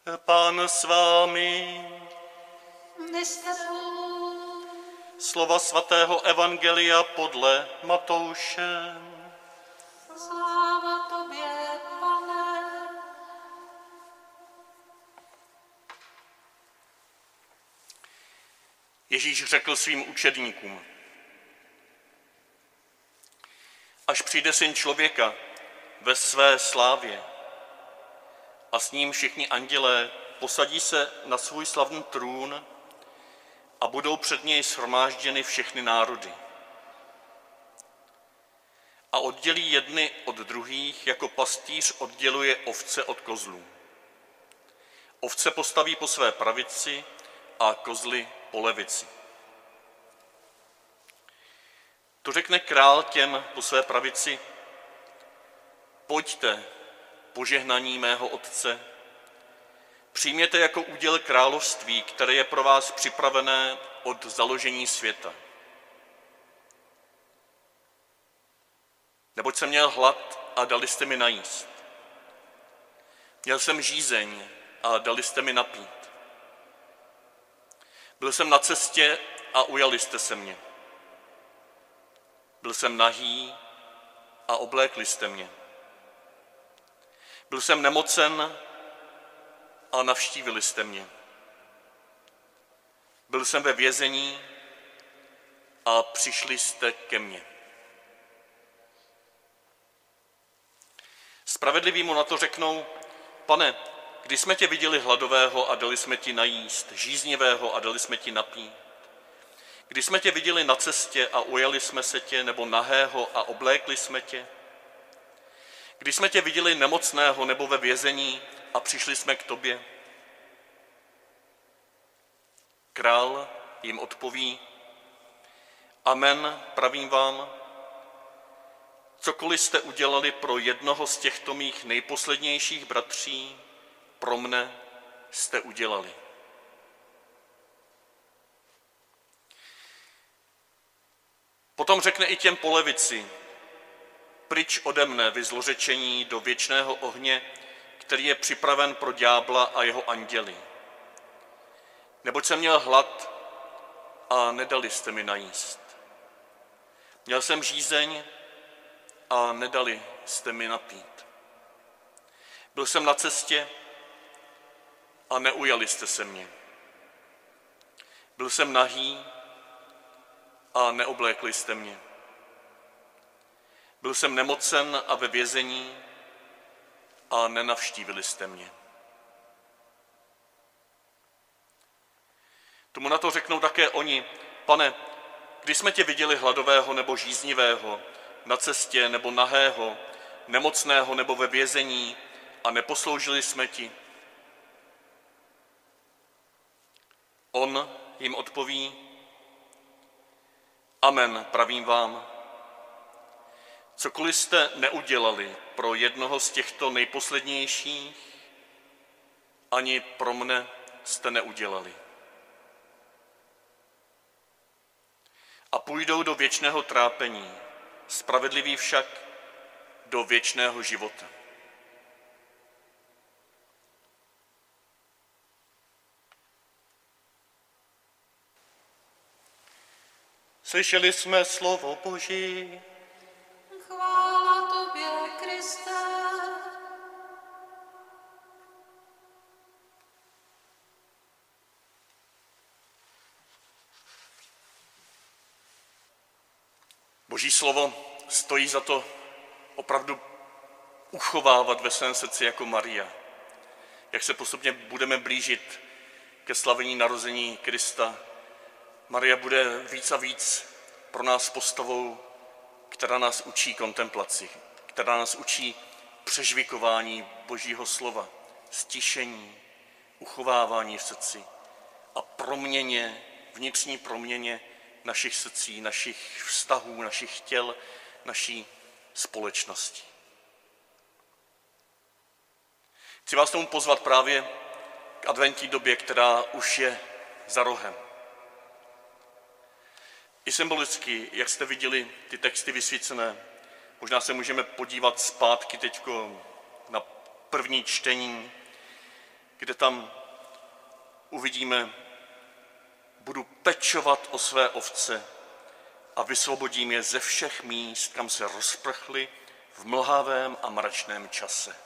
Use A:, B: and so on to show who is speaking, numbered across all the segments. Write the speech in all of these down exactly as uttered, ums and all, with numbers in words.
A: Pán s vámi. Slova svatého evangelia podle Matouše.
B: Sláva tobě, Pane.
A: Ježíš řekl svým učedníkům: Až přijde Syn člověka ve své slávě a s ním všichni andělé, posadí se na svůj slavný trůn a budou před něj shromážděny všechny národy. A oddělí jedny od druhých, jako pastýř odděluje ovce od kozlů. Ovce postaví po své pravici a kozly po levici. To řekne král těm po své pravici: Pojďte, požehnaní mého Otce, přijměte jako úděl království, které je pro vás připravené od založení světa. Neboť jsem měl hlad a dali jste mi najíst. Měl jsem žízeň a dali jste mi napít. Byl jsem na cestě a ujali jste se mě. Byl jsem nahý a oblékli jste mě. Byl jsem nemocen a navštívili jste mě. Byl jsem ve vězení a přišli jste ke mně. Spravedliví mu na to řeknou: Pane, kdy jsme tě viděli hladového a dali jsme ti najíst, žíznivého a dali jsme ti napít? Kdy jsme tě viděli na cestě a ujali jsme se tě, nebo nahého a oblékli jsme tě? Kdy jsme tě viděli nemocného nebo ve vězení a přišli jsme k tobě? Král jim odpoví: Amen, pravím vám, cokoliv jste udělali pro jednoho z těchto mých nejposlednějších bratří, pro mne jste udělali. Potom řekne i těm po levici: Pryč ode mne, vy zlořečení, do věčného ohně, který je připraven pro ďábla a jeho anděly. Neboť jsem měl hlad a nedali jste mi najíst. Měl jsem žízeň a nedali jste mi napít. Byl jsem na cestě a neujali jste se mě. Byl jsem nahý a neoblékli jste mě. Byl jsem nemocen a ve vězení a nenavštívili jste mě. Tomu na to řeknou také oni: Pane, kdy jsme tě viděli hladového nebo žíznivého, na cestě nebo nahého, nemocného nebo ve vězení a neposloužili jsme ti? On jim odpoví: Amen, pravím vám, cokoliv jste neudělali pro jednoho z těchto nejposlednějších, ani pro mne jste neudělali. A půjdou do věčného trápení, spravedliví však do věčného života. Slyšeli jsme slovo Boží.
B: Chvála tobě, Kriste.
A: Boží slovo stojí za to opravdu uchovávat ve svém srdci jako Maria. Jak se postupně budeme blížit ke slavení narození Krista, Maria bude víc a víc pro nás postavou, která nás učí kontemplaci, která nás učí přežvikování Božího slova, stišení, uchovávání v srdci a proměně, vnitřní proměně našich srdcí, našich vztahů, našich těl, naší společnosti. Chci vás tomu pozvat právě k adventní době, která už je za rohem. I symbolicky, jak jste viděli ty texty vysvícené, možná se můžeme podívat zpátky teď na první čtení, kde tam uvidíme, budu pečovat o své ovce a vysvobodím je ze všech míst, kam se rozprchly v mlhavém a mračném čase.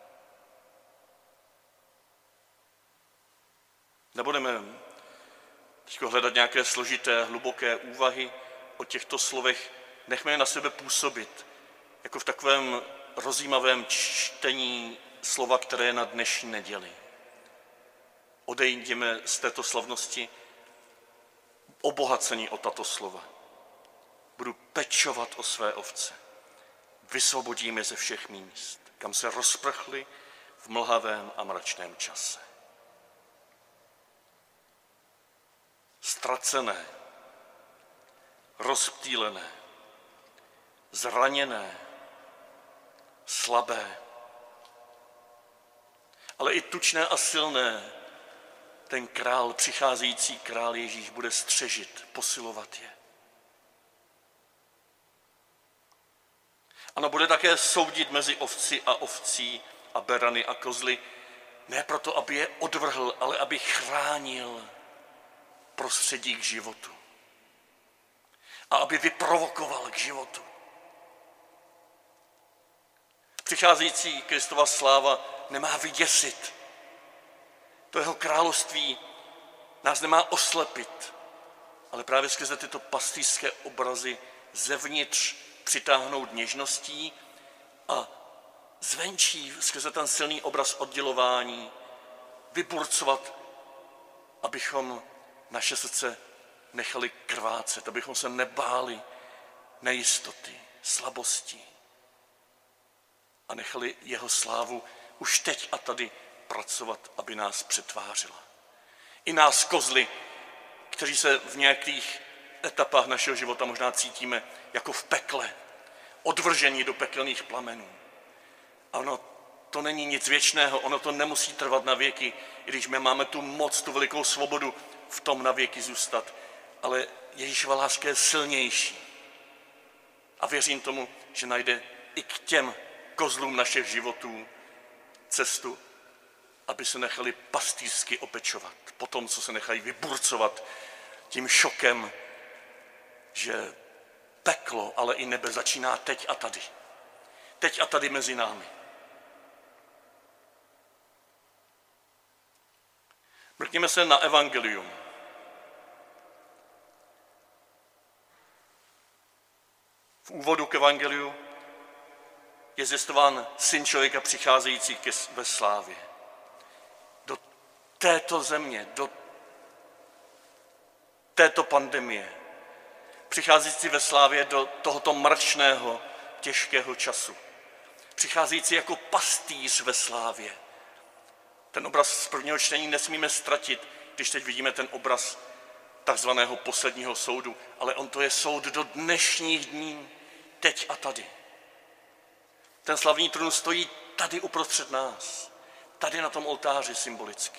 A: Nebudeme teď hledat nějaké složité, hluboké úvahy o těchto slovech, nechme je na sebe působit, jako v takovém rozjímavém čtení slova, které je na dnešní neděli. Odejdeme z této slavnosti obohacení o tato slova. Budu pečovat o své ovce. Vysvobodím je ze všech míst, kam se rozprchly v mlhavém a mračném čase. Ztracené, rozptýlené, zraněné, slabé, ale i tučné a silné, ten král, přicházející král Ježíš bude střežit, posilovat je. Ano, bude také soudit mezi ovci a ovcí a berany a kozly, ne proto, aby je odvrhl, ale aby chránil prostředí k životu. A aby vyprovokoval k životu. Přicházející Kristova sláva nemá vyděsit. To jeho království nás nemá oslepit, ale právě skrze tyto pastýřské obrazy zevnitř přitáhnout něžností a zvenčí skrze ten silný obraz oddělování vyburcovat, abychom naše srdce nechali krvácet, abychom se nebáli nejistoty, slabosti a nechali jeho slávu už teď a tady pracovat, aby nás přetvářila. I nás kozly, kteří se v nějakých etapách našeho života možná cítíme jako v pekle, odvržení do pekelných plamenů. Ano, to není nic věčného, ono to nemusí trvat na věky, i když my máme tu moc, tu velikou svobodu v tom na věky zůstat, ale Ježíšova láska je silnější. A věřím tomu, že najde i k těm kozlům našich životů cestu, aby se nechali pastýřsky opečovat po tom, co se nechají vyburcovat tím šokem, že peklo, ale i nebe začíná teď a tady. Teď a tady mezi námi. Mrkněme se na evangelium. V úvodu k evangeliu je zvěstován Syn člověka přicházející ve slávě. Do této země, do této pandemie, přicházející ve slávě do tohoto mračného, těžkého času. Přicházející jako pastýř ve slávě. Ten obraz z prvního čtení nesmíme ztratit, když teď vidíme ten obraz takzvaného posledního soudu, ale on to je soud do dnešních dní, teď a tady. Ten slavný trůn stojí tady uprostřed nás, tady na tom oltáři symbolicky.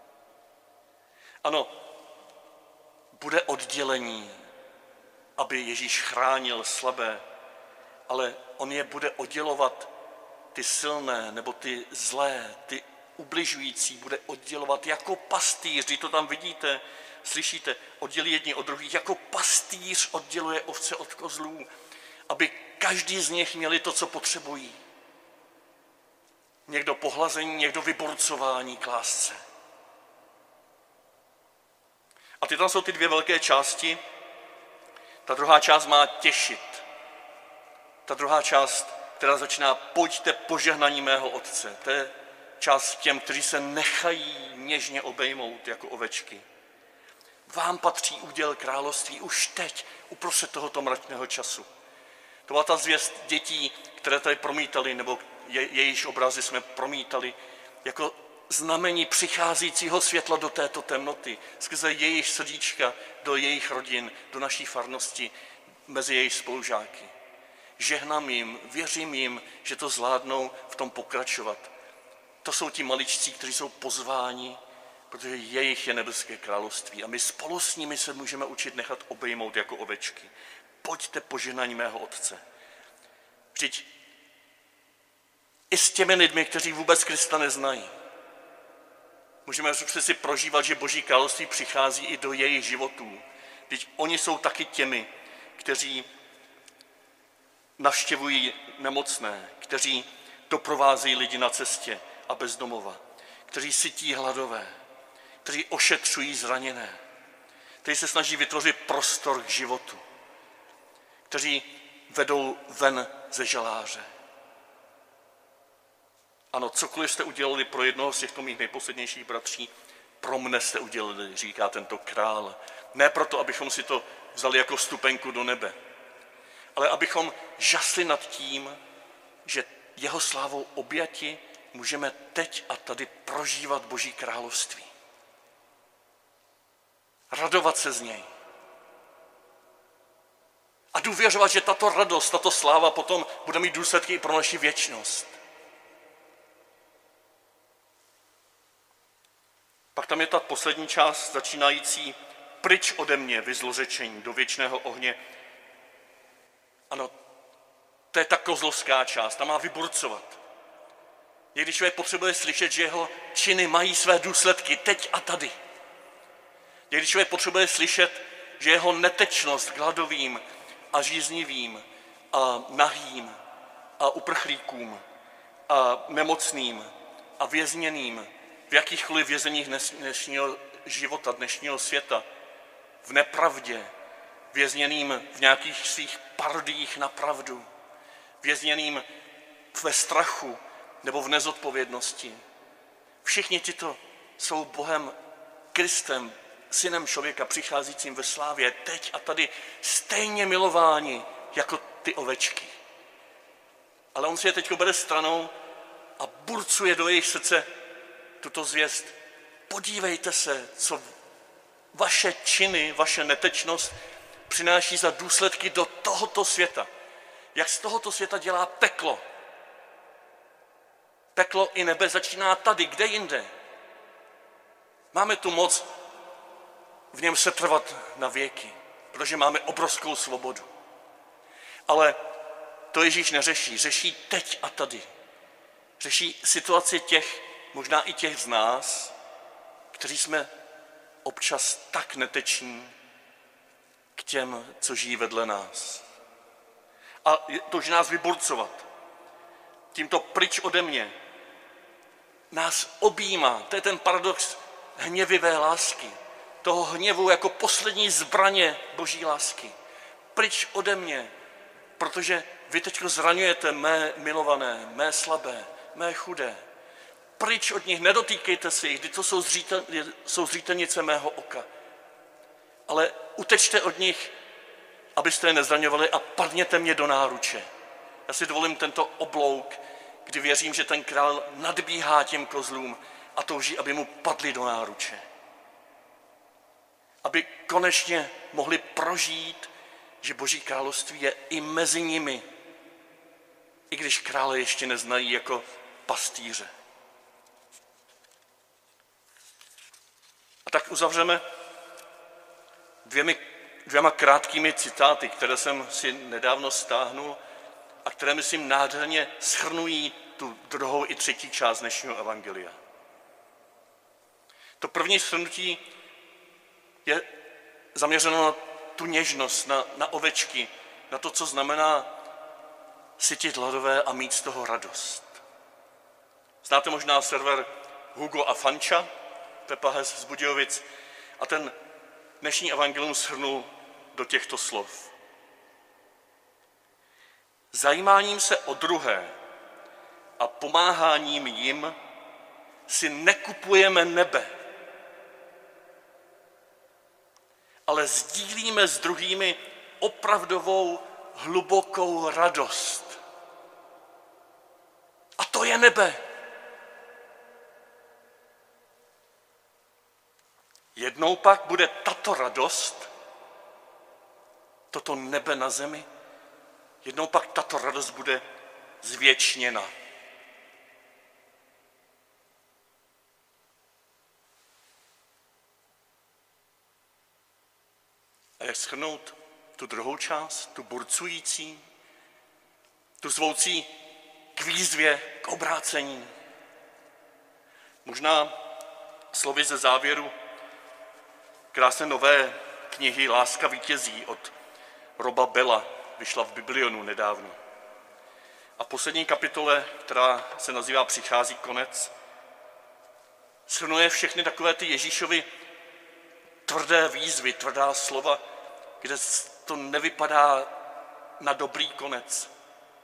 A: Ano, bude oddělení, aby Ježíš chránil slabé, ale on je bude oddělovat ty silné nebo ty zlé, ty ubližující, bude oddělovat jako pastýř, když to tam vidíte, slyšíte, oddělí jedni od druhých, jako pastýř odděluje ovce od kozlů, aby každý z nich měli to, co potřebují. Někdo pohlazení, někdo vyborcování k lásce. A ty tam jsou ty dvě velké části. Ta druhá část má těšit. Ta druhá část, která začíná pojďte požehnaní mého Otce. To je část těm, kteří se nechají něžně obejmout jako ovečky. Vám patří úděl království už teď, uprostřed tohoto mračného času. To byla ta zvěst dětí, které tady promítali, nebo je, jejíž obrazy jsme promítali, jako znamení přicházejícího světla do této temnoty, skrze jejich srdíčka, do jejich rodin, do naší farnosti, mezi jejich spolužáky. Žehnám jim, věřím jim, že to zvládnou v tom pokračovat. To jsou ti maličcí, kteří jsou pozváni, protože jejich je nebeské království a my spolu s nimi se můžeme učit nechat obejmout jako ovečky. Pojďte požehnání mého Otce. Vždyť i s těmi lidmi, kteří vůbec Krista neznají, Můžeme přeci prožívat, že Boží království přichází i do jejich životů. Vždyť oni jsou taky těmi, kteří navštěvují nemocné, kteří doprovázejí lidi na cestě a bezdomova, kteří sytí hladové, kteří ošetřují zraněné, kteří se snaží vytvořit prostor k životu, kteří vedou ven ze žaláře. Ano, cokoliv jste udělali pro jednoho z těchto mých nejposlednějších bratří, pro mne jste udělali, říká tento král. Ne proto, abychom si to vzali jako vstupenku do nebe, ale abychom žasli nad tím, že jeho slávou objati můžeme teď a tady prožívat Boží království. Radovat se z něj. A důvěřovat, že tato radost, tato sláva potom bude mít důsledky i pro naši věčnost. Pak tam je ta poslední část, začínající pryč ode mě, vy zlořečení, do věčného ohně. Ano, to je ta kozlovská část, ta má vyburcovat. Někdy člověk potřebuje slyšet, že jeho činy mají své důsledky teď a tady. Někdy člověk potřebuje slyšet, že jeho netečnost k hladovým a žíznivým a nahým a uprchlíkům a nemocným a vězněným v jakýchkoliv vězeních dnešního života, dnešního světa, v nepravdě, vězněným v nějakých svých parodiích na pravdu, vězněným ve strachu nebo v nezodpovědnosti. Všichni tito jsou Bohem Kristem, synem člověka přicházejícím ve slávě, teď a tady stejně milováni jako ty ovečky. Ale on si je teď bere stranou a burcuje do jejich srdce tuto zvěst. Podívejte se, co vaše činy, vaše netečnost přináší za důsledky do tohoto světa. Jak z tohoto světa dělá peklo. Peklo i nebe začíná tady, kde jinde. Máme tu moc v něm setrvat na věky, protože máme obrovskou svobodu. Ale to Ježíš neřeší, řeší teď a tady. Řeší situaci těch, možná i těch z nás, kteří jsme občas tak neteční k těm, co žijí vedle nás. A touží nás vyburcovat. Tímto pryč ode mě nás objímá, to je ten paradox hněvivé lásky, toho hněvu jako poslední zbraně Boží lásky. Pryč ode mě, protože vy teď zraňujete mé milované, mé slabé, mé chudé. Pryč od nich, nedotýkejte se jich, kdy to jsou, zřítel, jsou zřítelnice mého oka. Ale utečte od nich, abyste je nezraňovali a padněte mě do náruče. Já si dovolím tento oblouk, kdy věřím, že ten král nadbíhá těm kozlům a touží, aby mu padli do náruče. Aby konečně mohli prožít, že Boží království je i mezi nimi, i když krále ještě neznají jako pastýře. A tak uzavřeme dvěmi, dvěma krátkými citáty, které jsem si nedávno stáhnul a které, myslím, nádherně shrnují tu druhou i třetí část dnešního evangelia. To první shrnutí je zaměřeno na tu něžnost, na, na ovečky, na to, co znamená sytit hladové a mít z toho radost. Znáte možná server Hugo a Fanča, Pepa Hes z Budějovic, a ten dnešní evangelium shrnul do těchto slov. Zajímáním se o druhé a pomáháním jim si nekupujeme nebe, ale sdílíme s druhými opravdovou hlubokou radost. A to je nebe. Jednou pak bude tato radost, toto nebe na zemi, jednou pak tato radost bude zvěčněna. A jak shrnout tu druhou část, tu burcující, tu zvoucí k výzvě, k obrácení? Možná slovy ze závěru krásné nové knihy Láska vítězí od Roba Bella, vyšla v Biblionu nedávno. A v poslední kapitole, která se nazývá Přichází konec, shrnuje všechny takové ty Ježíšovy tvrdé výzvy, tvrdá slova, kde to nevypadá na dobrý konec.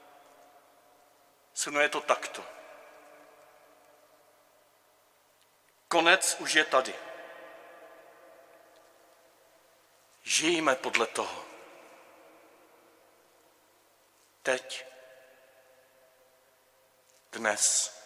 A: Shrnuje to takto. Konec už je tady. Žijme podle toho. Teď, dnes.